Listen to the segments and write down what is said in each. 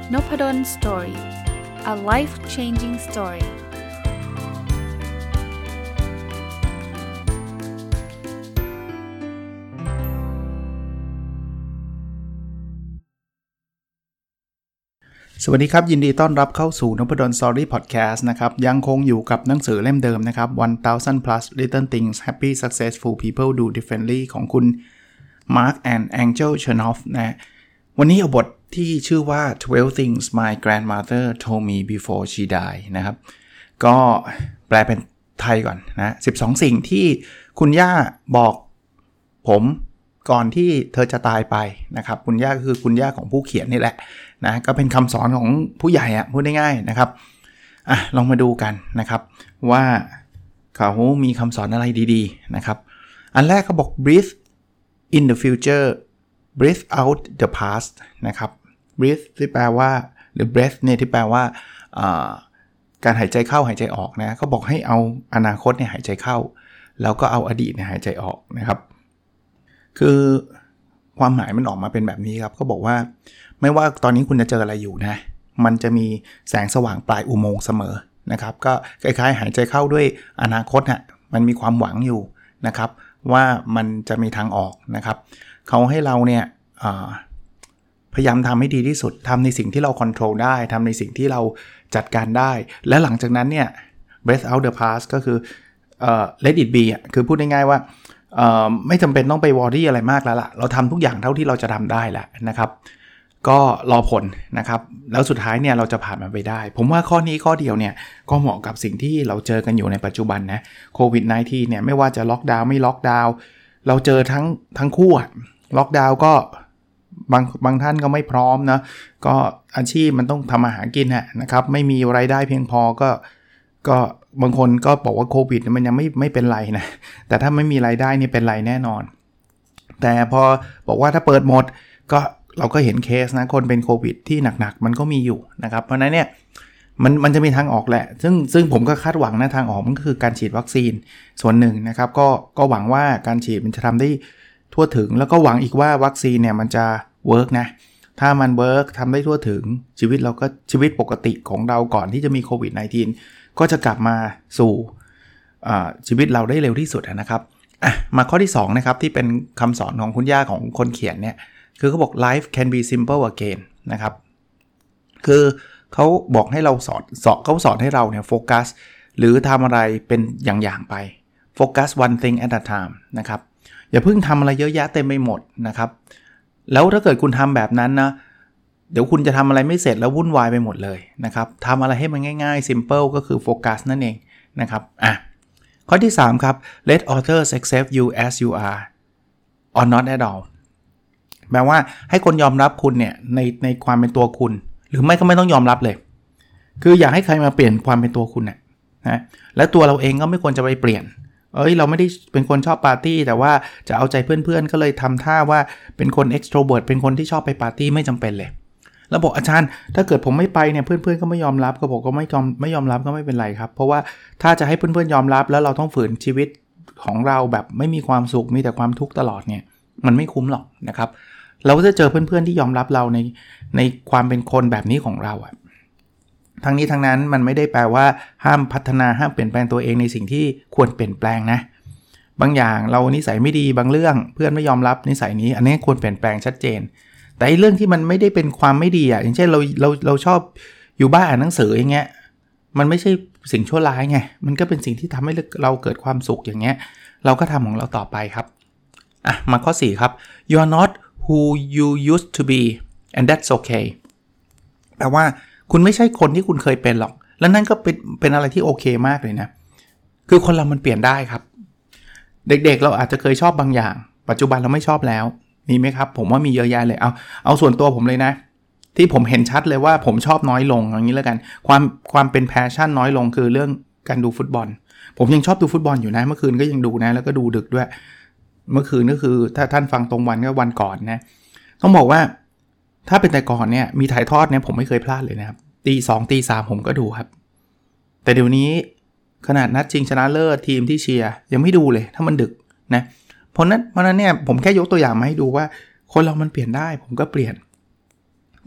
Nopadon Story. A life-changing story. สวัสดีครับยินดีต้อนรับเข้าสู่ Nopadon Story Podcast นะครับยังคงอยู่กับหนังสือเล่มเดิมนะครับ 1000 plus little things happy successful people do differently ของคุณ Mark and Angel Chernoff นะวันนี้เอาบทที่ชื่อว่า12 things my grandmother told me before she died นะครับก็แปลเป็นไทยก่อนนะ12 สิ่งที่คุณย่าบอกผมก่อนที่เธอจะตายไปนะครับคุณย่าคือคุณย่าของผู้เขียนนี่แหละนะก็เป็นคำสอนของผู้ใหญ่พูดง่ายๆนะครับลองมาดูกันนะครับว่าเขามีคำสอนอะไรดีๆนะครับอันแรกเขาบอก breathe in the future breathe out the past นะครับ breathe ที่แปลว่าหรือ breath เนี่ยที่แปลว่าการหายใจเข้าหายใจออกนะเขาบอกให้เอาอนาคตเนี่ยหายใจเข้าแล้วก็เอาอดีตเนี่ยหายใจออกนะครับคือความหมายมันออกมาเป็นแบบนี้ครับเขาบอกว่าไม่ว่าตอนนี้คุณจะเจออะไรอยู่นะมันจะมีแสงสว่างปลายอุโมงค์เสมอนะครับก็คล้ายๆหายใจเข้าด้วยอนาคตมันมีความหวังอยู่นะครับว่ามันจะมีทางออกนะครับเขาให้เราเนี่ยพยายามทำให้ดีที่สุดทำในสิ่งที่เราควบคุมได้ทำในสิ่งที่เราจัดการได้และหลังจากนั้นเนี่ย breathe out the past ก็คือlet it be คือพูดง่ายๆว่าไม่จำเป็นต้องไปวอรี่อะไรมากแล้วล่ะเราทำทุกอย่างเท่าที่เราจะทำได้แล้วนะครับก็รอผลนะครับแล้วสุดท้ายเนี่ยเราจะผ่านมันไปได้ผมว่าข้อนี้ข้อเดียวเนี่ยก็เหมาะกับสิ่งที่เราเจอกันอยู่ในปัจจุบันนะโควิด -19 เนี่ยไม่ว่าจะล็อกดาวน์ไม่ล็อกดาวน์เราเจอทั้งคู่ล็อกดาวน์ก็บางท่านก็ไม่พร้อมนะก็อาชีพมันต้องทำอาหารกินนะครับไม่มีรายได้เพียงพอก็บางคนก็บอกว่าโควิดมันยังไม่เป็นไรนะแต่ถ้าไม่มีรายได้นี่เป็นไรแน่นอนแต่พอบอกว่าถ้าเปิดหมดก็เราก็เห็นเคสนะคนเป็นโควิดที่หนักๆมันก็มีอยู่นะครับเพราะนั้นเนี่ยมันจะมีทางออกแหละซึ่งผมก็คาดหวังนะทางออกมันก็คือการฉีดวัคซีนส่วนหนึ่งนะครับก็หวังว่าการฉีดมันจะทำได้ทั่วถึงแล้วก็หวังอีกว่าวัคซีนเนี่ยมันจะเวิร์กนะถ้ามันเวิร์กทำได้ทั่วถึงชีวิตปกติของเราก่อนที่จะมีโควิด -19 ก็จะกลับมาสู่ชีวิตเราได้เร็วที่สุดนะครับมาข้อที่2นะครับที่เป็นคำสอนของคุณย่าของคนเขียนเนี่ยคือเขาบอก life can be simple again นะครับคือเขาบอกให้เราเขาสอนให้เราเนี่ยโฟกัสหรือทำอะไรเป็นอย่างๆไปโฟกัส one thing at a time นะครับอย่าเพิ่งทำอะไรเยอะแยะเต็มไปหมดนะครับแล้วถ้าเกิดคุณทำแบบนั้นนะเดี๋ยวคุณจะทำอะไรไม่เสร็จแล้ววุ่นวายไปหมดเลยนะครับทำอะไรให้มันง่ายๆ simple ก็คือโฟกัสนั่นเองนะครับข้อที่3ครับ let others accept you as you are or not at all แปลว่าให้คนยอมรับคุณเนี่ยในความเป็นตัวคุณหรือไม่ก็ไม่ต้องยอมรับเลยคืออยากให้ใครมาเปลี่ยนความเป็นตัวคุณนะและตัวเราเองก็ไม่ควรจะไปเปลี่ยนเราไม่ได้เป็นคนชอบปาร์ตี้แต่ว่าจะเอาใจเพื่อนๆก็เลยทำท่าว่าเป็นคน extrovert เป็นคนที่ชอบไปปาร์ตี้ไม่จำเป็นเลยแล้วบอกอาจารย์ถ้าเกิดผมไม่ไปเนี่ยเพื่อนๆก็ไม่ยอมรับก็บอกก็ไม่ยอมรับก็ไม่เป็นไรครับเพราะว่าถ้าจะให้เพื่อนๆยอมรับแล้วเราต้องฝืนชีวิตของเราแบบไม่มีความสุขมีแต่ความทุกข์ตลอดเนี่ยมันไม่คุ้มหรอกนะครับเราก็จะเจอเพื่อนๆที่ยอมรับเราในความเป็นคนแบบนี้ของเราทั้งนี้ทั้งนั้นมันไม่ได้แปลว่าห้ามพัฒนาห้ามเปลี่ยนแปลงตัวเองในสิ่งที่ควรเปลี่ยนแปลงนะบางอย่างเรานิสัยไม่ดีบางเรื่องเพื่อนไม่ยอมรับนิสัยนี้อันนี้ควรเปลี่ยนแปลงชัดเจนแต่เรื่องที่มันไม่ได้เป็นความไม่ดีอย่างเช่นเราชอบอยู่บ้านอ่านหนังสืออย่างเงี้ยมันไม่ใช่สิ่งชั่วร้ายไงมันก็เป็นสิ่งที่ทำให้เราเกิดความสุขอย่างเงี้ยเราก็ทำของเราต่อไปครับมาข้อ4ครับ you are not who you used to be and that's okay แปลว่าคุณไม่ใช่คนที่คุณเคยเป็นหรอกแล้วนั่นก็เป็นอะไรที่โอเคมากเลยนะคือคนเรามันเปลี่ยนได้ครับเด็กๆเราอาจจะเคยชอบบางอย่างปัจจุบันเราไม่ชอบแล้วมีไหมครับผมว่ามีเยอะแยะเลยเอาส่วนตัวผมเลยนะที่ผมเห็นชัดเลยว่าผมชอบน้อยลงอย่างนี้แล้วกันความเป็นแพชชั่นน้อยลงคือเรื่องการดูฟุตบอลผมยังชอบดูฟุตบอลอยู่นะเมื่อคืนก็ยังดูนะแล้วก็ดูดึกด้วยเมื่อคืนก็คือถ้าท่านฟังตรงวันก็วันก่อนนะต้องบอกว่าถ้าเป็นแต่ก่อนเนี่ยมีถ่ายทอดเนี่ยผมไม่เคยพลาดเลยนะครับ 2 ตี 3ผมก็ดูครับแต่เดี๋ยวนี้ขนาดนัดชิงชนะเลิศทีมที่เชียร์ยังไม่ดูเลยถ้ามันดึกนะเพราะนั้นเนี่ยผมแค่ยกตัวอย่างมาให้ดูว่าคนเรามันเปลี่ยนได้ผมก็เปลี่ยน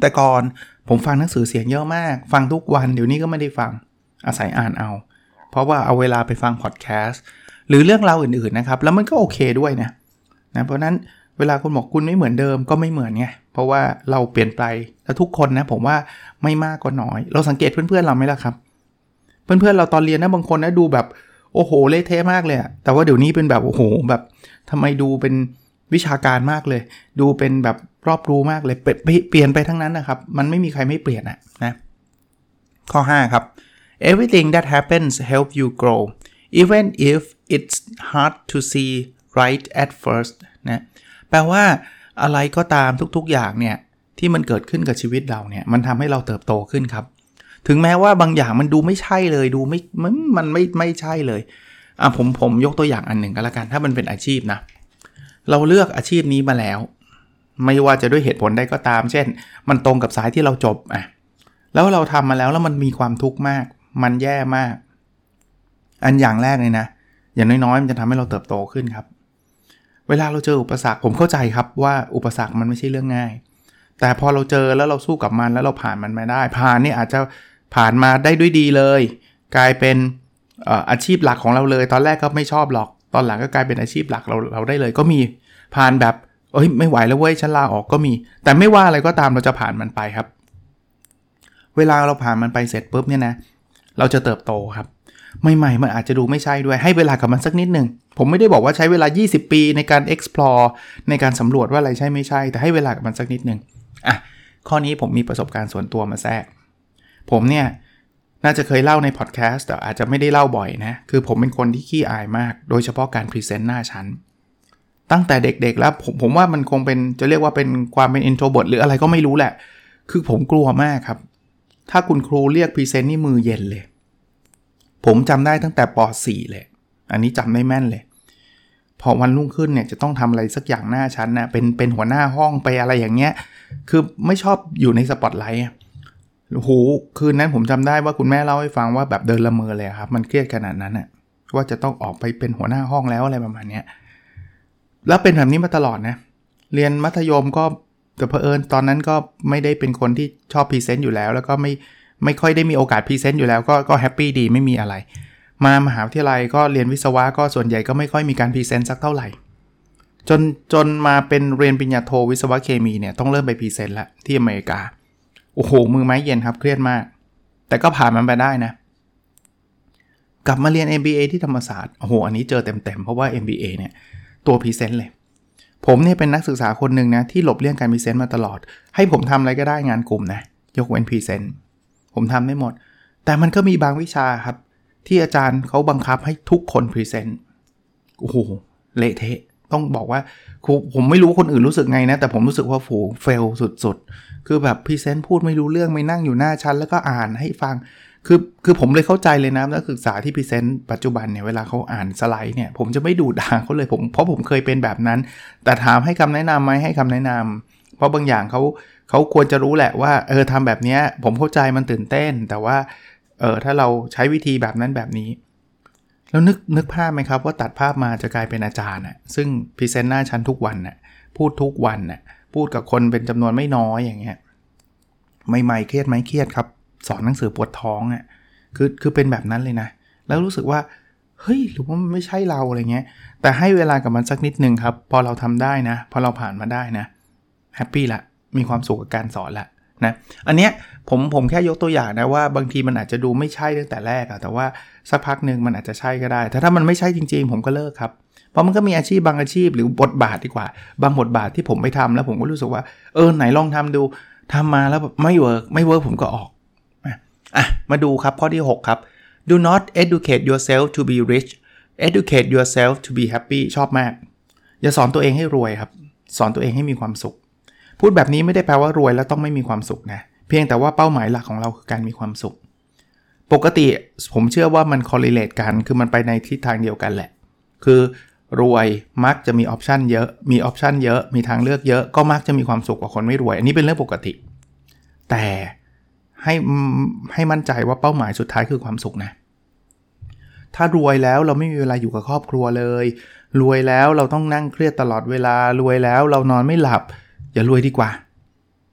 แต่ก่อนผมฟังหนังสือเสียงเยอะมากฟังทุกวันเดี๋ยวนี้ก็ไม่ได้ฟังอาศัยอ่านเอาเพราะว่าเอาเวลาไปฟังพอดแคสต์หรือเรื่องราวอื่นๆนะครับแล้วมันก็โอเคด้วยนะเพราะนั้นเวลาคุณบอกคุณไม่เหมือนเดิมก็ไม่เหมือนไงเพราะว่าเราเปลี่ยนไปแล้วทุกคนนะผมว่าไม่มากก็น้อยเราสังเกตเพื่อนๆเราไหมล่ะครับเพื่อนๆเราตอนเรียนนะบางคนนะดูแบบโอ้โหเละเทะมากเลยแต่ว่าเดี๋ยวนี้เป็นแบบโอ้โหแบบทำไมดูเป็นวิชาการมากเลยดูเป็นแบบรอบรู้มากเลยเปลี่ยนไปทั้งนั้นนะครับมันไม่มีใครไม่เปลี่ยนนะข้อ5ครับ everything that happens help you grow even if it's hard to see right at first นะแปลว่าอะไรก็ตามทุกๆอย่างเนี่ยที่มันเกิดขึ้นกับชีวิตเราเนี่ยมันทำให้เราเติบโตขึ้นครับถึงแม้ว่าบางอย่างมันดูไม่ใช่เลยดูมันไม่ใช่เลยผมยกตัวอย่างอันหนึ่งก็แล้วกันถ้ามันเป็นอาชีพนะเราเลือกอาชีพนี้มาแล้วไม่ว่าจะด้วยเหตุผลใดก็ตามเช่นมันตรงกับสายที่เราจบแล้วเราทำมาแล้วมันมีความทุกข์มากมันแย่มากอันอย่างแรกเลยนะอย่างน้อยๆมันจะทำให้เราเติบโตขึ้นครับเวลาเราเจออุปสรรคผมเข้าใจครับว่าอุปสรรคมันไม่ใช่เรื่องง่ายแต่พอเราเจอแล้วเราสู้กับมันแล้วเราผ่านมันมาได้ผ่านนี่อาจจะผ่านมาได้ด้วยดีเลยกลายเป็นอาชีพหลักของเราเลยตอนแรกก็ไม่ชอบหรอกตอนหลังก็กลายเป็นอาชีพหลักเราได้เลยก็มีผ่านแบบไม่ไหวแล้วเว้ยฉันลาออกก็มีแต่ไม่ว่าอะไรก็ตามเราจะผ่านมันไปครับเวลาเราผ่านมันไปเสร็จปุ๊บเนี่ยนะเราจะเติบโตครับใหม่ๆมันอาจจะดูไม่ใช่ด้วยให้เวลากับมันสักนิดนึงผมไม่ได้บอกว่าใช้เวลา20ปีในการ explore ในการสำรวจว่าอะไรใช่ไม่ใช่แต่ให้เวลากับมันสักนิดนึงข้อนี้ผมมีประสบการณ์ส่วนตัวมาแทรกผมเนี่ยน่าจะเคยเล่าในพอดแคสต์แต่อาจจะไม่ได้เล่าบ่อยนะคือผมเป็นคนที่ขี้อายมากโดยเฉพาะการพรีเซนต์หน้าชั้นตั้งแต่เด็กๆแล้วผมว่ามันคงเป็นจะเรียกว่าเป็นความเป็น introvert หรืออะไรก็ไม่รู้แหละคือผมกลัวมากครับถ้าคุณครูเรียกพรีเซนต์นี่มือเย็นเลยผมจำได้ตั้งแต่ป.4 เลยอันนี้จำได้แม่นเลยพอวันรุ่งขึ้นเนี่ยจะต้องทำอะไรสักอย่างหน้าชั้นนะเป็นหัวหน้าห้องไปอะไรอย่างเงี้ยคือไม่ชอบอยู่ในสปอตไลท์โอ้โหคืนนั้นผมจำได้ว่าคุณแม่เล่าให้ฟังว่าแบบเดินละเมอเลยครับมันเครียดขนาดนั้นน่ะว่าจะต้องออกไปเป็นหัวหน้าห้องแล้วอะไรประมาณเนี้ยแล้วเป็นแบบนี้มาตลอดนะเรียนมัธยมก็แต่เผอิญตอนนั้นก็ไม่ได้เป็นคนที่ชอบพรีเซนต์อยู่แล้วแล้วก็ไม่ค่อยได้มีโอกาสพรีเซนต์อยู่แล้วก็แฮปปี้ดีไม่มีอะไรมามหาวิทยาลัยก็เรียนวิศวะก็ส่วนใหญ่ก็ไม่ค่อยมีการพรีเซนต์สักเท่าไหร่จนมาเป็นเรียนปริญญาโทวิศวะเคมีเนี่ยต้องเริ่มไปพรีเซนต์ละที่อเมริกาโอ้โหมือไม้เย็นครับเครียดมากแต่ก็ผ่านมันไปได้นะกลับมาเรียน MBA ที่ธรรมศาสตร์โอ้โหอันนี้เจอเต็มๆเพราะว่า MBA เนี่ยตัวพรีเซนต์เลยผมเนี่ยเป็นนักศึกษาคนหนึ่งนะที่หลบเลี่ยงการพรีเซนต์มาตลอดให้ผมทำอะไรก็ได้งานกลุ่มนะยกเว้นพรีเซนต์ผมทำได้หมดแต่มันก็มีบางวิชาครับที่อาจารย์เขาบังคับให้ทุกคนพรีเซนต์โอ้โหเละเทะต้องบอกว่าผมไม่รู้คนอื่นรู้สึกไงนะแต่ผมรู้สึกว่าเฟลสุดๆคือแบบพรีเซนต์พูดไม่รู้เรื่องไม่นั่งอยู่หน้าชั้นแล้วก็อ่านให้ฟังคือผมเลยเข้าใจเลยนะนักศึกษาที่พรีเซนต์ปัจจุบันเนี่ยเวลาเขาอ่านสไลด์เนี่ยผมจะไม่ดูด่าเขาเลยเพราะผมเคยเป็นแบบนั้นแต่ถามให้คำแนะนำไหมให้คำแนะนำเพราะบางอย่างเขาควรจะรู้แหละว่าทำแบบนี้ผมเข้าใจมันตื่นเต้นแต่ว่าถ้าเราใช้วิธีแบบนั้นแบบนี้แล้วนึกภาพไหมครับว่าตัดภาพมาจะกลายเป็นอาจารย์ซึ่งพรีเซนต์หน้าชั้นทุกวันพูดทุกวันพูดกับคนเป็นจำนวนไม่น้อยอย่างเงี้ยใหม่ๆเครียดไหมเครียดครับสอนหนังสือปวดท้องคือเป็นแบบนั้นเลยนะแล้วรู้สึกว่าเฮ้ยหรือว่ามันไม่ใช่เราอะไรเงี้ยแต่ให้เวลากับมันสักนิดนึงครับพอเราทำได้นะพอเราผ่านมาได้นะแฮปปี้ละมีความสุขกับการสอนละนะอันเนี้ยผมแค่ยกตัวอย่างนะว่าบางทีมันอาจจะดูไม่ใช่ตั้งแต่แรกแต่ว่าสักพักนึงมันอาจจะใช่ก็ได้ถ้ามันไม่ใช่จริงๆผมก็เลิกครับเพราะมันก็มีอาชีพบางอาชีพหรือบทบาทดีกว่าบางบทบาทที่ผมไปทำแล้วผมก็รู้สึกว่าไหนลองทำดูทำมาแล้วไม่เวิร์กผมก็ออกมาดูครับข้อที่6ครับ Do not educate yourself to be rich educate yourself to be happy ชอบมากอย่าสอนตัวเองให้รวยครับสอนตัวเองให้มีความสุขพูดแบบนี้ไม่ได้แปลว่ารวยแล้วต้องไม่มีความสุขนะเพียงแต่ว่าเป้าหมายหลักของเราคือการมีความสุขปกติผมเชื่อว่ามัน correlate กันคือมันไปในทิศทางเดียวกันแหละคือรวยมักจะมีออปชันเยอะมีออปชันเยอะมีทางเลือกเยอะก็มักจะมีความสุขกว่าคนไม่รวยอันนี้เป็นเรื่องปกติแต่ให้มั่นใจว่าเป้าหมายสุดท้ายคือความสุขนะถ้ารวยแล้วเราไม่มีเวลาอยู่กับครอบครัวเลยรวยแล้วเราต้องนั่งเครียดตลอดเวลารวยแล้วเรานอนไม่หลับอย่ารวยดีกว่า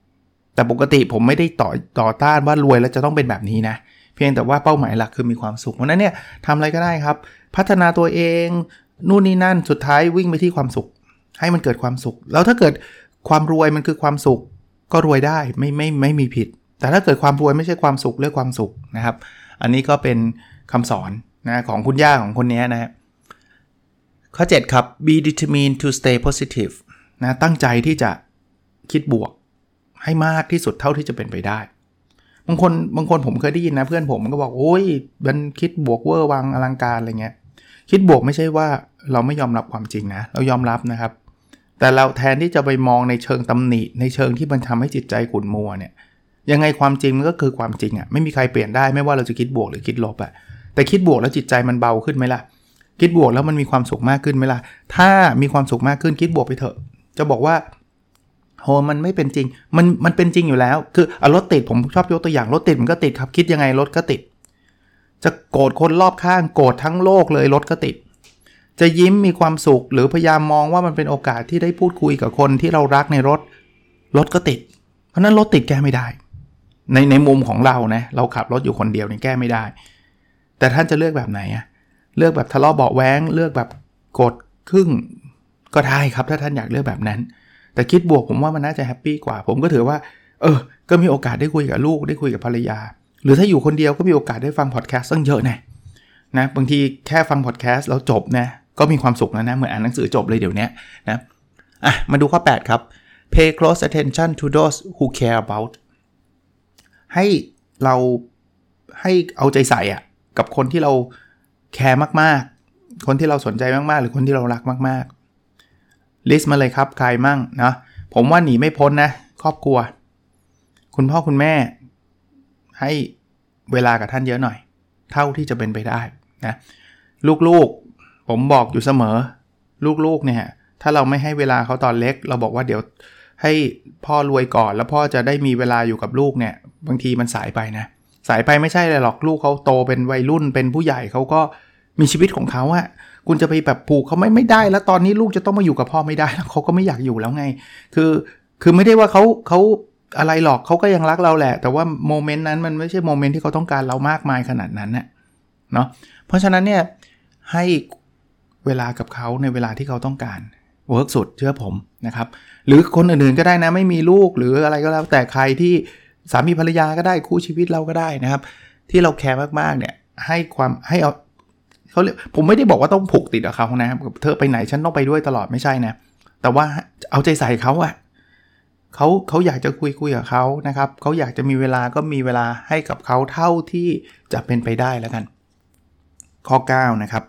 แต่ปกติผมไม่ได้ต่อต้านว่ารวยแล้วจะต้องเป็นแบบนี้นะเพียงแต่ว่าเป้าหมายหลักคือมีความสุขเพราะนั้นเนี่ยทำอะไรก็ได้ครับพัฒนาตัวเองนู่นนี่นั่นสุดท้ายวิ่งไปที่ความสุขให้มันเกิดความสุขแล้วถ้าเกิดความรวยมันคือความสุขก็รวยได้ไม่มีผิดแต่ถ้าเกิดความรวยไม่ใช่ความสุขเลือกความสุขนะครับอันนี้ก็เป็นคำสอนนะของคุณย่าของคนนี้นะข้อ 7 ครับ be determined to stay positive นะตั้งใจที่จะคิดบวกให้มากที่สุดเท่าที่จะเป็นไปได้บางคนผมเคยได้ยินนะเพื่อนผมก็บอกโอ้ยมันคิดบวกเวอร์วังอลังการอะไรเงี้ยคิดบวกไม่ใช่ว่าเราไม่ยอมรับความจริงนะเรายอมรับนะครับแต่เราแทนที่จะไปมองในเชิงตำหนิในเชิงที่มันทำให้จิตใจขุ่นมัวเนี่ยยังไงความจริงมันก็คือความจริงอ่ะไม่มีใครเปลี่ยนได้ไม่ว่าเราจะคิดบวกหรือคิดลบอ่ะแต่คิดบวกแล้วจิตใจมันเบาขึ้นไหมล่ะคิดบวกแล้วมันมีความสุขมากขึ้นไหมล่ะถ้ามีความสุขมากขึ้นคิดบวกไปเถอะจะบอกว่าโหมันไม่เป็นจริงมันเป็นจริงอยู่แล้วคือรถติดผมชอบยกตัวอย่างรถติดมันก็ติดครับคิดยังไงรถก็ติดจะโกรธคนรอบข้างโกรธทั้งโลกเลยรถก็ติดจะยิ้มมีความสุขหรือพยายามมองว่ามันเป็นโอกาสที่ได้พูดคุยกับคนที่เรารักในรถก็ติดเพราะนั้นรถติดแก้ไม่ได้ในมุมของเรานะเราขับรถอยู่คนเดียวนี่แก้ไม่ได้แต่ท่านจะเลือกแบบไหนอะเลือกแบบทะเลาะเบาะแว้งเลือกแบบโกรธครึ่งก็ได้ครับถ้าท่านอยากเลือกแบบนั้นแต่คิดบวกผมว่ามันน่าจะแฮปปี้กว่าผมก็ถือว่าก็มีโอกาสได้คุยกับลูกได้คุยกับภรรยาหรือถ้าอยู่คนเดียวก็มีโอกาสได้ฟังพอดแคสต์ตั้งเยอะนะบางทีแค่ฟังพอดแคสต์แล้วจบนะก็มีความสุขแล้วนะเหมือนอ่านหนังสือจบเลยเดี๋ยวนี้นะมาดูข้อ 8 ครับ pay close attention to those who care about ให้เราให้เอาใจใส่กับคนที่เราแคร์มากๆคนที่เราสนใจมากๆหรือคนที่เรารักมากๆลิสต์มาเลยครับใครมั่งนะผมว่าหนีไม่พ้นนะครอบครัวคุณพ่อคุณแม่ให้เวลากับท่านเยอะหน่อยเท่าที่จะเป็นไปได้นะลูกๆผมบอกอยู่เสมอลูกๆเนี่ยถ้าเราไม่ให้เวลาเขาตอนเล็กเราบอกว่าเดี๋ยวให้พ่อรวยก่อนแล้วพ่อจะได้มีเวลาอยู่กับลูกเนี่ยบางทีมันสายไปนะสายไปไม่ใช่เลยหรอกลูกเขาโตเป็นวัยรุ่นเป็นผู้ใหญ่เขาก็มีชีวิตของเขาอะคุณจะไปแบบผูกเขาไม่ได้แล้วตอนนี้ลูกจะต้องมาอยู่กับพ่อไม่ได้แล้วเขาก็ไม่อยากอยู่แล้วไงคือไม่ได้ว่าเขาอะไรหรอกเขาก็ยังรักเราแหละแต่ว่าโมเมนต์นั้นมันไม่ใช่โมเมนต์ที่เขาต้องการเรามากมายขนาดนั้นน่ะเนาะเพราะฉะนั้นเนี่ยให้เวลากับเขาในเวลาที่เขาต้องการเวิร์กสุดเชื่อผมนะครับหรือคนอื่นๆก็ได้นะไม่มีลูกหรืออะไรก็แล้วแต่ใครที่สามีภรรยาก็ได้คู่ชีวิตเราก็ได้นะครับที่เราแคร์มากๆเนี่ยให้เอาเขาผมไม่ได้บอกว่าต้องผูกติดกับเขานะเธอไปไหนฉันต้องไปด้วยตลอดไม่ใช่นะแต่ว่าเอาใจใส่เขาเขาอยากจะคุยกับเขานะครับเขาอยากจะมีเวลาก็มีเวลาให้กับเขาเท่าที่จะเป็นไปได้แล้วกันข้อ 9 นะครับ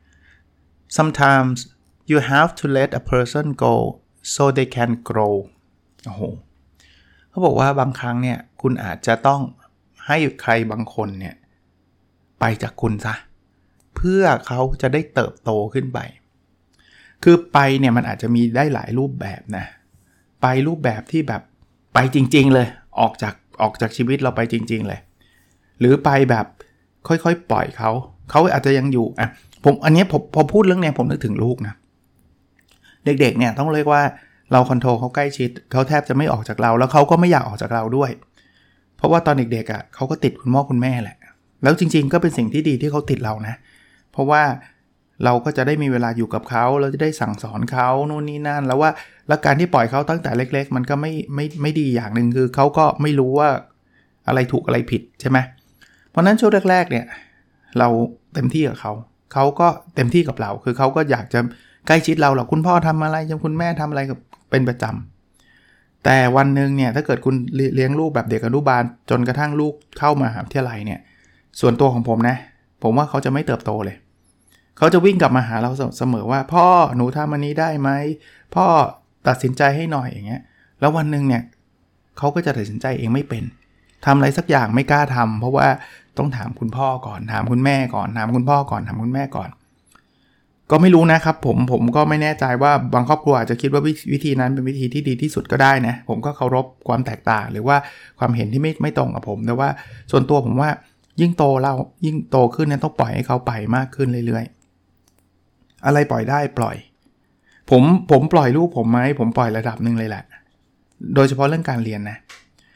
sometimes you have to let a person go so they can grow โอ้โหเขาบอกว่าบางครั้งเนี่ยคุณอาจจะต้องให้ใครบางคนเนี่ยไปจากคุณซะเพื่อเขาจะได้เติบโตขึ้นไปคือไปเนี่ยมันอาจจะมีได้หลายรูปแบบนะไปรูปแบบที่แบบไปจริงๆเลยออกจากชีวิตเราไปจริงๆเลยหรือไปแบบค่อยๆปล่อยเขาอาจจะยังอยู่อันนี้พอพูดเรื่องนี้ผมนึกถึงลูกนะเด็กๆเนี่ยต้องเรียกว่าเราคอนโทรลเขาใกล้ชิดเขาแทบจะไม่ออกจากเราแล้วเขาก็ไม่อยากออกจากเราด้วยเพราะว่าตอนเด็กๆเขาก็ติดคุณพ่อคุณแม่แหละแล้วจริงๆก็เป็นสิ่งที่ดีที่เขาติดเรานะเพราะว่าเราก็จะได้มีเวลาอยู่กับเขาเราจะได้สั่งสอนเขานู่นนี่นั่นแล้วการที่ปล่อยเขาตั้งแต่เล็กๆมันก็ไม่ดีอย่างนึงคือเขาก็ไม่รู้ว่าอะไรถูกอะไรผิดใช่ไหมเพราะนั้นช่วงแรกๆเนี่ยเราเต็มที่กับเขาก็เต็มที่กับเราคือเขาก็อยากจะใกล้ชิดเราหรอกคุณพ่อทำอะไรคุณแม่ทำอะไรเป็นประจำแต่วันนึงเนี่ยถ้าเกิดคุณเลี้ยงลูกแบบเด็กอนุบาลจนกระทั่งลูกเข้ามหาวิทยาลัยเนี่ยส่วนตัวของผมนะผมว่าเขาจะไม่เติบโตเลยเขาจะวิ่งกลับมาหาเราเสมอว่าพ่อหนูทำอันนี้ได้ไหมพ่อตัดสินใจให้หน่อยอย่างเงี้ยแล้ววันนึงเนี่ยเขาก็จะตัดสินใจเองไม่เป็นทำอะไรสักอย่างไม่กล้าทำเพราะว่าต้องถามคุณพ่อก่อนถามคุณแม่ก่อนถามคุณพ่อก่อนถามคุณแม่ก่อนก็ไม่รู้นะครับผมก็ไม่แน่ใจว่าบางครอบครัวอาจจะคิดว่าวิธีนั้นเป็นวิธีที่ดีที่สุดก็ได้นะผมก็เคารพความแตกต่างหรือว่าความเห็นที่ไม่ตรงกับผมแต่ว่าส่วนตัวผมว่ายิ่งโตขึ้นเนี่ยต้องปล่อยให้เขาไปมากขึ้นเรื่อยๆอะไรปล่อยได้ปล่อยผมปล่อยลูกผมไหมผมปล่อยระดับนึงเลยแหละโดยเฉพาะเรื่องการเรียนนะ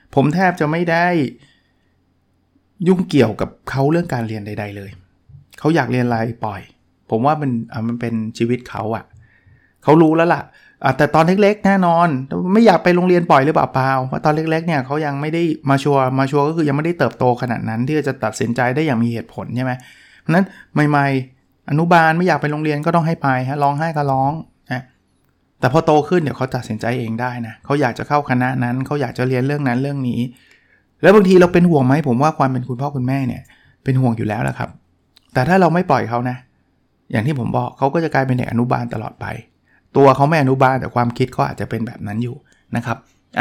ผมแทบจะไม่ได้ยุ่งเกี่ยวกับเขาเรื่องการเรียนใดๆเลยเขาอยากเรียนอะไรปล่อยผมว่ามันเป็นชีวิตเขาอ่ะเขารู้แล้วล่ะแต่ตอนเล็กๆแน่นอนไม่อยากไปโรงเรียนปล่อยหรือเปล่าเพราะตอนเล็กๆเนี่ยเขายังไม่ได้มาชัวร์ก็คือยังไม่ได้เติบโตขนาดนั้นที่จะตัดสินใจได้อย่างมีเหตุผลใช่ไหมเพราะนั้นใหม่ๆอนุบาลไม่อยากไปโรงเรียนก็ต้องให้ไปฮะร้องไห้ก็ร้องนะแต่พอโตขึ้นเดี๋ยวเขาตัดสินใจเองได้นะเขาอยากจะเข้าคณะนั้นเขาอยากจะเรียนเรื่องนั้นเรื่องนี้แล้วบางทีเราเป็นห่วงไหมผมว่าความเป็นคุณพ่อคุณแม่เนี่ยเป็นห่วงอยู่แล้วแหละครับแต่ถ้าเราไม่ปล่อยเขานะอย่างที่ผมบอกเขาก็จะกลายเป็นเด็กอนุบาลตลอดไปตัวเขาไม่อนุบาลแต่ความคิดเขาอาจจะเป็นแบบนั้นอยู่นะครับ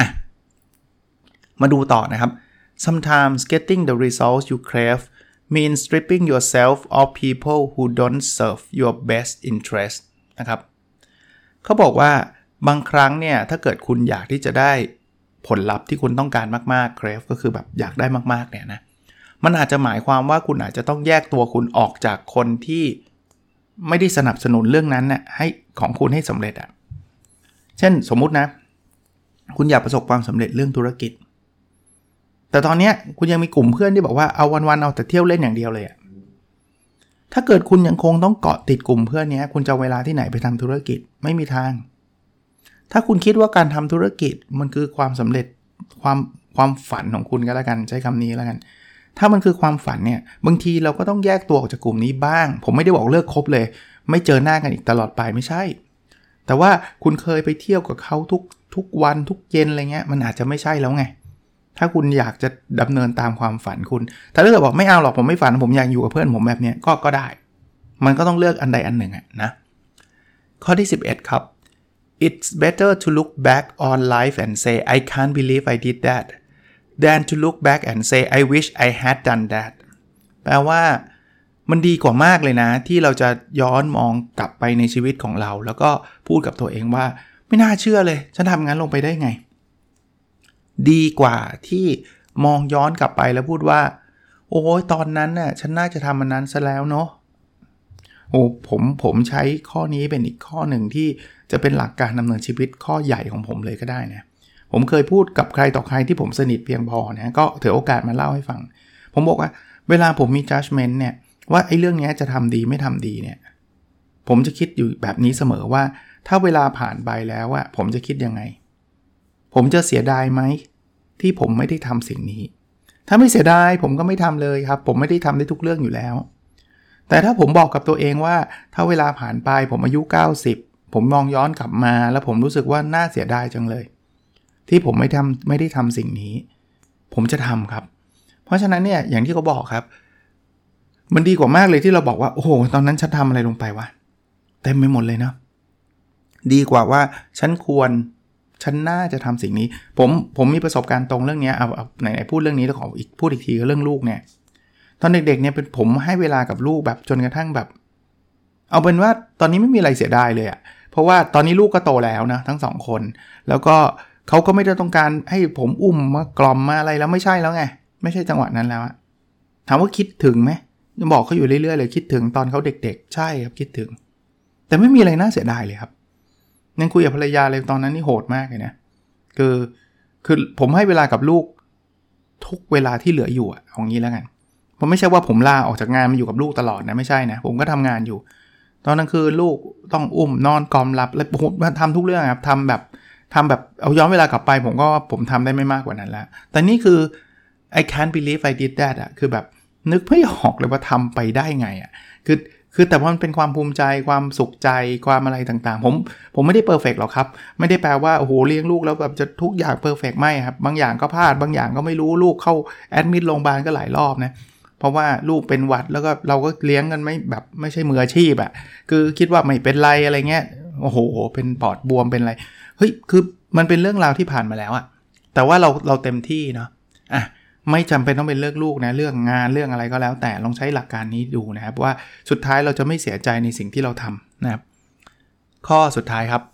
มาดูต่อนะครับ Sometimes getting the results you crave means stripping yourself of people who don't serve your best interest นะครับเขาบอกว่าบางครั้งเนี่ยถ้าเกิดคุณอยากที่จะได้ผลลัพธ์ที่คุณต้องการมากๆ crave ก็คือแบบอยากได้มากๆเนี่ยนะมันอาจจะหมายความว่าคุณอาจจะต้องแยกตัวคุณออกจากคนที่ไม่ได้สนับสนุนเรื่องนั้นน่ะให้ของคุณให้สำเร็จอ่ะเช่นสมมุตินะคุณอยากประสบความสำเร็จเรื่องธุรกิจแต่ตอนนี้คุณยังมีกลุ่มเพื่อนที่บอกว่าเอาวันๆเอาแต่เที่ยวเล่นอย่างเดียวเลยอ่ะถ้าเกิดคุณยังคงต้องเกาะติดกลุ่มเพื่อนนี้คุณจะเอาเวลาที่ไหนไปทำธุรกิจไม่มีทางถ้าคุณคิดว่าการทำธุรกิจมันคือความสำเร็จความฝันของคุณก็แล้วกันใช้คำนี้แล้วกันถ้ามันคือความฝันเนี่ยบางทีเราก็ต้องแยกตัวออกจากกลุ่มนี้บ้างผมไม่ได้บอกเลิกคบเลยไม่เจอหน้ากันอีกตลอดไปไม่ใช่แต่ว่าคุณเคยไปเที่ยวกับเขาทุกวันทุกเย็นอะไรเงี้ยมันอาจจะไม่ใช่แล้วไงถ้าคุณอยากจะดำเนินตามความฝันคุณถ้าเลือกบอกไม่เอาหรอกผมไม่ฝันผมอยากอยู่กับเพื่อนผมแบบเนี้ยก็ได้มันก็ต้องเลือกอันใดอันหนึ่งนะข้อที่11ครับ It's better to look back on life and say I can't believe I did that than to look back and say I wish I had done that แปลว่ามันดีกว่ามากเลยนะที่เราจะย้อนมองกลับไปในชีวิตของเราแล้วก็พูดกับตัวเองว่าไม่น่าเชื่อเลยฉันทำงั้นลงไปได้ไงดีกว่าที่มองย้อนกลับไปแล้วพูดว่าโอ้ยตอนนั้นน่ะฉันน่าจะทำมันนั้นซะแล้วเนาะโอ้ผมใช้ข้อนี้เป็นอีกข้อหนึ่งที่จะเป็นหลักการดำเนินชีวิตข้อใหญ่ของผมเลยก็ได้นะผมเคยพูดกับใครต่อใครที่ผมสนิทเพียงพอนะก็ถือโอกาสมาเล่าให้ฟังผมบอกว่าเวลาผมมี judgment เนี่ยว่าไอ้เรื่องนี้จะทำดีไม่ทำดีเนี่ยผมจะคิดอยู่แบบนี้เสมอว่าถ้าเวลาผ่านไปแล้วอะผมจะคิดยังไงผมจะเสียดายไหมที่ผมไม่ได้ทำสิ่งนี้ถ้าไม่เสียดายผมก็ไม่ทำเลยครับผมไม่ได้ทำได้ทุกเรื่องอยู่แล้วแต่ถ้าผมบอกกับตัวเองว่าถ้าเวลาผ่านไปผมอายุ90ผมมองย้อนกลับมาแล้วผมรู้สึกว่าน่าเสียดายจังเลยที่ผมไม่ได้ทำสิ่งนี้ผมจะทำครับเพราะฉะนั้นเนี่ยอย่างที่เขาบอกครับมันดีกว่ามากเลยที่เราบอกว่าโอ้โหตอนนั้นฉันทำอะไรลงไปวะเต็มไปหมดเลยนะดีกว่าว่าฉันน่าจะทำสิ่งนี้ผมมีประสบการณ์ตรงเรื่องนี้เอาไหนพูดเรื่องนี้แล้วขอพูดอีกทีก็เรื่องลูกเนี่ยตอนเด็กๆเนี่ยเป็นผมให้เวลากับลูกแบบจนกระทั่งแบบเอาเป็นว่าตอนนี้ไม่มีอะไรเสียดายเลยอะเพราะว่าตอนนี้ลูกก็โตแล้วนะทั้ง2คนแล้วก็เขาก็ไม่ได้ต้องการให้ผมอุ้มมากล่อมมาอะไรแล้วไม่ใช่แล้วไงไม่ใช่จังหวะนั้นแล้วอะถามว่าคิดถึงไหมจะบอกเขาอยู่เรื่อยๆเลยคิดถึงตอนเขาเด็กๆใช่ครับคิดถึงแต่ไม่มีอะไรน่าเสียดายเลยครับนั่งคุยกับภรรยาเลยตอนนั้นนี่โหดมากเลยนะคือผมให้เวลากับลูกทุกเวลาที่เหลืออยู่อะของนี้แล้วกันผมไม่ใช่ว่าผมลาออกจากงานมาอยู่กับลูกตลอดนะไม่ใช่นะผมก็ทำงานอยู่ตอนนั้นคือลูกต้องอุ้มนอนกล่อมหลับแล้วผมทำทุกเรื่องครับทำแบบเอาย้อนเวลากลับไปผมทำได้ไม่มากกว่านั้นแล้วแต่นี่คือ I can't believe I did that อะคือแบบนึกไม่ออกเลยว่าทำไปได้ไงอะคือแต่ว่ามันเป็นความภูมิใจความสุขใจความอะไรต่างๆผมไม่ได้เพอร์เฟกต์หรอกครับไม่ได้แปลว่าโอ้โหเลี้ยงลูกแล้วแบบจะทุกอย่างเพอร์เฟกต์ไม่ครับบางอย่างก็พลาดบางอย่างก็ไม่รู้ลูกเข้าแอดมิดโรงพยาบาลก็หลายรอบนะเพราะว่าลูกเป็นหวัดแล้วก็เราก็เลี้ยงกันไม่ใช่มืออาชีพอะคือคิดว่าไม่เป็นไรอะไรเงี้ยโอ้โหเป็นปอดบวมเป็นอะไรเฮ้ยคือมันเป็นเรื่องราวที่ผ่านมาแล้วอะแต่ว่าเราเต็มที่เนาะไม่จำเป็นต้องเป็นเรื่องลูกนะเรื่องงานเรื่องอะไรก็แล้วแต่ลองใช้หลักการนี้ดูนะครับว่าสุดท้ายเราจะไม่เสียใจในสิ่งที่เราทำนะครับข้อสุดท้ายครับ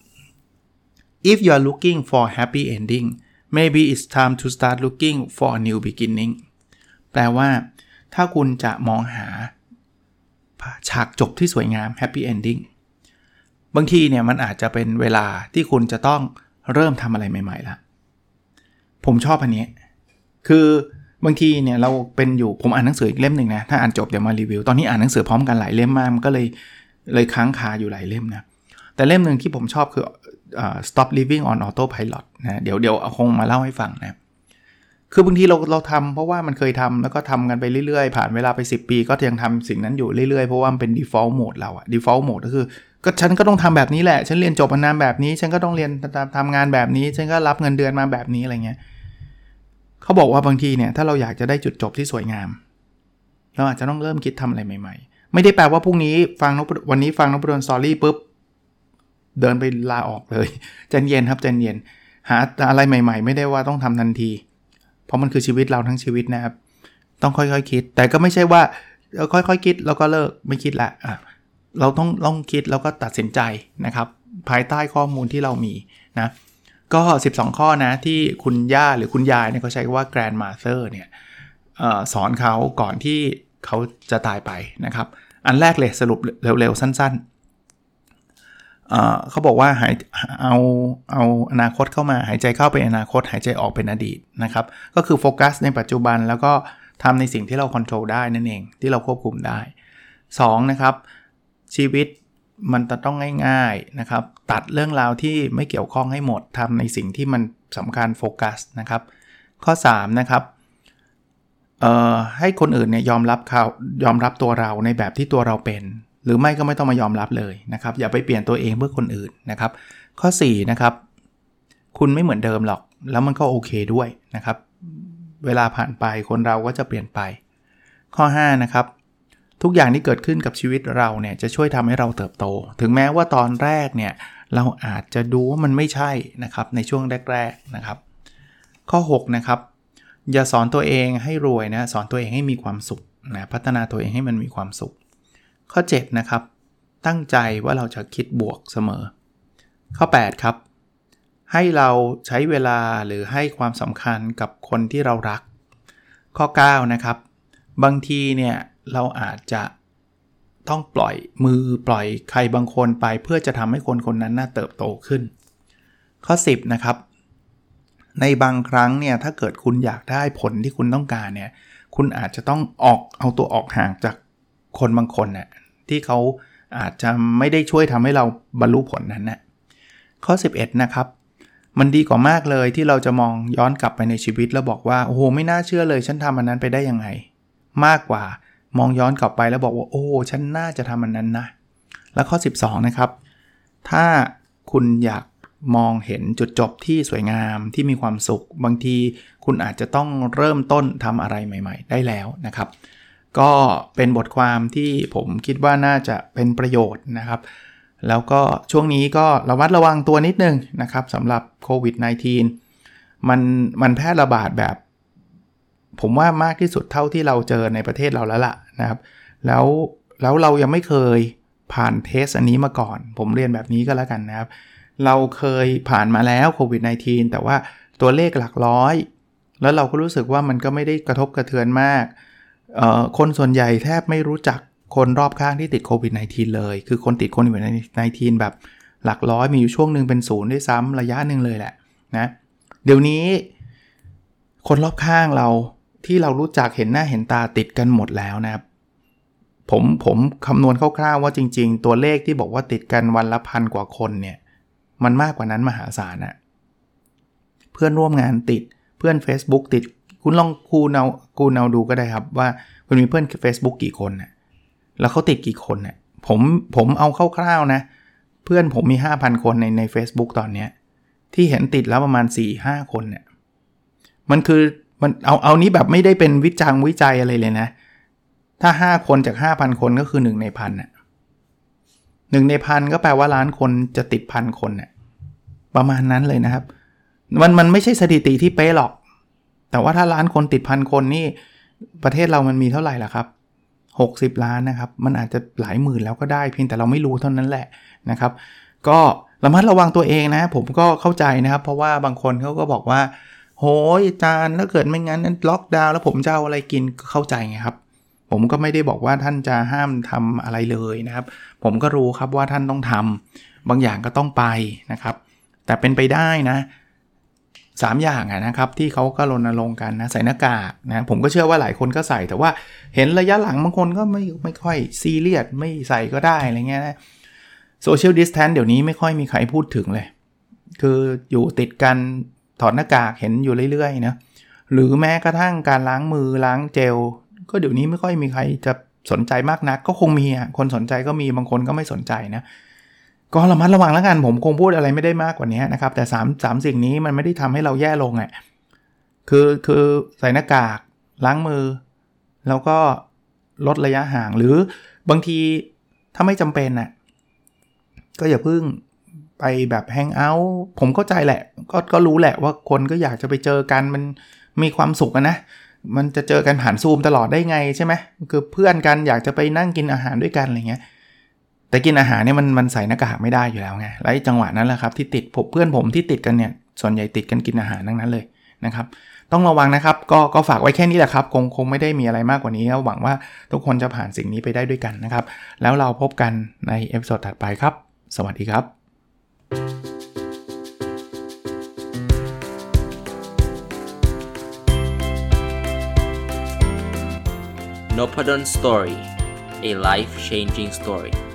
If you are looking for happy ending maybe it's time to start looking for a new beginning แปลว่าถ้าคุณจะมองหาฉากจบที่สวยงาม happy ending บางทีเนี่ยมันอาจจะเป็นเวลาที่คุณจะต้องเริ่มทำอะไรใหม่ๆละผมชอบอันนี้คือบางทีเนี่ยเราเป็นอยู่ผมอ่านหนังสืออีกเล่มนึงนะถ้าอ่านจบเดี๋ยวมารีวิวตอนนี้อ่านหนังสือพร้อมกันหลายเล่มมากมันก็เลยค้างคาอยู่หลายเล่มนะแต่เล่มนึงที่ผมชอบคือStop Living on Autopilot นะเดี๋ยวคงมาเล่าให้ฟังนะคือบางทีเราทำเพราะว่ามันเคยทำแล้วก็ทำกันไปเรื่อยๆผ่านเวลาไป10ปีก็ยังทำสิ่งนั้นอยู่เรื่อยๆเพราะว่ามันเป็น default mode เราอะ default mode ก็คือก็ฉันก็ต้องทำแบบนี้แหละฉันเรียนจบมานานแบบนี้ฉันก็ต้องเรียนทำงานแบบนี้ฉันก็รับเงินเดือนมาแบบนี้อะไรเงี้ยเขาบอกว่าบางทีเนี่ยถ้าเราอยากจะได้จุดจบที่สวยงามเราอาจจะต้องเริ่มคิดทำอะไรใหม่ๆไม่ได้แปลว่าพรุ่งนี้วันนี้ฟังนพดลสตอรี่ปุ๊บเดินไปลาออกเลยใจเย็นครับใจเย็นหาอะไรใหม่ๆไม่ได้ว่าต้องทำทันทีเพราะมันคือชีวิตเราทั้งชีวิตนะครับต้องค่อยๆคิดแต่ก็ไม่ใช่ว่าค่อยๆคิดแล้วก็เลิกไม่คิดละเราต้องลองคิดแล้วก็ตัดสินใจนะครับภายใต้ข้อมูลที่เรามีนะก็12ข้อนะที่คุณย่าหรือคุณยายเนี่ยเขาใช้ว่า grandmother เนี่ยสอนเขาก่อนที่เขาจะตายไปนะครับอันแรกเลยสรุปเร็วๆสั้นๆเขาบอกว่าเอาอนาคตเข้ามาหายใจเข้าเป็นอนาคตหายใจออกเป็นอดีตนะครับก็คือโฟกัสในปัจจุบันแล้วก็ทำในสิ่งที่เราควบคุมได้นั่นเองที่เราควบคุมได้2นะครับชีวิตมันจะต้องง่ายๆนะครับตัดเรื่องราวที่ไม่เกี่ยวข้องให้หมดทำในสิ่งที่มันสำคัญโฟกัสนะครับข้อ3นะครับให้คนอื่นเนี่ยยอมรับตัวเราในแบบที่ตัวเราเป็นหรือไม่ก็ไม่ต้องมายอมรับเลยนะครับอย่าไปเปลี่ยนตัวเองเพื่อคนอื่นนะครับข้อ4นะครับคุณไม่เหมือนเดิมหรอกแล้วมันก็โอเคด้วยนะครับเวลาผ่านไปคนเราก็จะเปลี่ยนไปข้อ5นะครับทุกอย่างที่เกิดขึ้นกับชีวิตเราเนี่ยจะช่วยทำให้เราเติบโตถึงแม้ว่าตอนแรกเนี่ยเราอาจจะดูว่ามันไม่ใช่นะครับในช่วงแรกๆนะครับข้อ6นะครับอย่าสอนตัวเองให้รวยนะสอนตัวเองให้มีความสุขนะพัฒนาตัวเองให้มันมีความสุขข้อ7นะครับตั้งใจว่าเราจะคิดบวกเสมอข้อ8ครับให้เราใช้เวลาหรือให้ความสำคัญกับคนที่เรารักข้อ9นะครับบางทีเนี่ยเราอาจจะต้องปล่อยใครบางคนไปเพื่อจะทำให้คนนั้นน่าเติบโตขึ้นข้อ10นะครับในบางครั้งเนี่ยถ้าเกิดคุณอยากได้ผลที่คุณต้องการเนี่ยคุณอาจจะต้องเอาตัวออกห่างจากคนบางคนน่ะที่เขาอาจจะไม่ได้ช่วยทำให้เราบรรลุผลนั้นน่ะข้อ11นะครับมันดีกว่ามากเลยที่เราจะมองย้อนกลับไปในชีวิตแล้วบอกว่าโอ้โหไม่น่าเชื่อเลยฉันทำอันนั้นไปได้ยังไงมากกว่ามองย้อนกลับไปแล้วบอกว่าโอ้ฉันน่าจะทำอันนั้นนะแล้วข้อ12นะครับถ้าคุณอยากมองเห็นจุดจบที่สวยงามที่มีความสุขบางทีคุณอาจจะต้องเริ่มต้นทำอะไรใหม่ๆได้แล้วนะครับก็เป็นบทความที่ผมคิดว่าน่าจะเป็นประโยชน์นะครับแล้วก็ช่วงนี้ก็ระมัดระวังตัวนิดนึงนะครับสำหรับโควิด -19 มันแพร่ระบาดแบบผมว่ามากที่สุดเท่าที่เราเจอในประเทศเราแล้วล่ะนะครับแล้วเรายังไม่เคยผ่านเทสอันนี้มาก่อนผมเรียนแบบนี้ก็แล้วกันนะครับเราเคยผ่านมาแล้วโควิด -19 แต่ว่าตัวเลขหลักร้อยแล้วเราก็รู้สึกว่ามันก็ไม่ได้กระทบกระเทือนมากคนส่วนใหญ่แทบไม่รู้จักคนรอบข้างที่ติดโควิด -19 เลยคือคนติดโควิด -19 แบบหลักร้อยมีอยู่ช่วงนึงเป็น0ด้วยซ้ำระยะนึงเลยแหละนะเดี๋ยวนี้คนรอบข้างเราที่เรารู้จักเห็นหน้าเห็นตาติดกันหมดแล้วนะครับผมคำนวณคร่าวๆว่าจริงๆตัวเลขที่บอกว่าติดกันวันละ1,000 กว่าคนเนี่ยมันมากกว่านั้นมหาศาลนะเพื่อนร่วมงานติดเพื่อน Facebook ติดคุณลองคูณเอาดูก็ได้ครับว่าคุณมีเพื่อน Facebook กี่คนน่ะแล้วเขาติดกี่คนน่ะผมเอาคร่าวๆนะเพื่อนผมมี 5,000 คนใน Facebook ตอนเนี้ยที่เห็นติดแล้วประมาณ 4-5 คนเนี่ยมันคือมันเอานี้แบบไม่ได้เป็นวิจัยอะไรเลยนะถ้า5คนจาก 5,000 คนก็คือ1ใน 1,000 น่ะ1ใน 1,000 ก็แปลว่าล้านคนจะติด 1,000 คนน่ะประมาณนั้นเลยนะครับมันไม่ใช่สถิติที่เป๊ะหรอกแต่ว่าถ้าล้านคนติด 1,000 คนนี่ประเทศเรามันมีเท่าไหร่ล่ะครับ60 ล้านนะครับมันอาจจะหลายหมื่นแล้วก็ได้เพียงแต่เราไม่รู้เท่านั้นแหละนะครับก็ระมัดระวังตัวเองนะผมก็เข้าใจนะครับเพราะว่าบางคนเขาก็บอกว่าโหยอาจารย์ถ้าเกิดไม่งั้นล็อกดาวน์แล้วผมจะเอาอะไรกินเข้าใจไงครับผมก็ไม่ได้บอกว่าท่านจะห้ามทำอะไรเลยนะครับผมก็รู้ครับว่าท่านต้องทำบางอย่างก็ต้องไปนะครับแต่เป็นไปได้นะ 3อย่างนะครับที่เขาก็รณรงค์กันนะใส่หน้ากากนะผมก็เชื่อว่าหลายคนก็ใส่แต่ว่าเห็นระยะหลังบางคนก็ไม่ค่อยซีเรียสไม่ใส่ก็ได้อะไรเงี้ยนะโซเชียลดิสแทนซ์เดี๋ยวนี้ไม่ค่อยมีใครพูดถึงเลยคืออยู่ติดกันถอดหน้ากากเห็นอยู่เรื่อยๆนะหรือแม้กระทั่งการล้างมือล้างเจลก็เดี๋ยวนี้ไม่ค่อยมีใครจะสนใจมากนักก็คงมีคนสนใจก็มีบางคนก็ไม่สนใจนะก็ระมัดระวังแล้วกันผมคงพูดอะไรไม่ได้มากกว่านี้นะครับแต่3สิ่งนี้มันไม่ได้ทำให้เราแย่ลงคือใส่หน้ากากล้างมือแล้วก็ลดระยะห่างหรือบางทีถ้าไม่จำเป็นก็อย่าเพิ่งไปแบบแฮงเอาท์ผมเข้าใจแหละก็รู้แหละว่าคนก็อยากจะไปเจอกันมันมีความสุขนะมันจะเจอกันผ่านซูมตลอดได้ไงใช่ไหมคือเพื่อนกันอยากจะไปนั่งกินอาหารด้วยกันอะไรเงี้ยแต่กินอาหารเนี่ยมันใส่หน้ากากไม่ได้อยู่แล้วไงแล้วจังหวะนั้นแหละครับที่ติดเพื่อนผมที่ติดกันเนี่ยส่วนใหญ่ติดกันกินอาหารทั้งนั้นเลยนะครับต้องระวังนะครับก็ฝากไว้แค่นี้แหละครับคงไม่ได้มีอะไรมากกว่านี้หวังว่าทุกคนจะผ่านสิ่งนี้ไปได้ด้วยกันนะครับแล้วเราพบกันในเอพิโซดถัดไปครับสวัสดีครับ Nopadon Story, a life-changing story.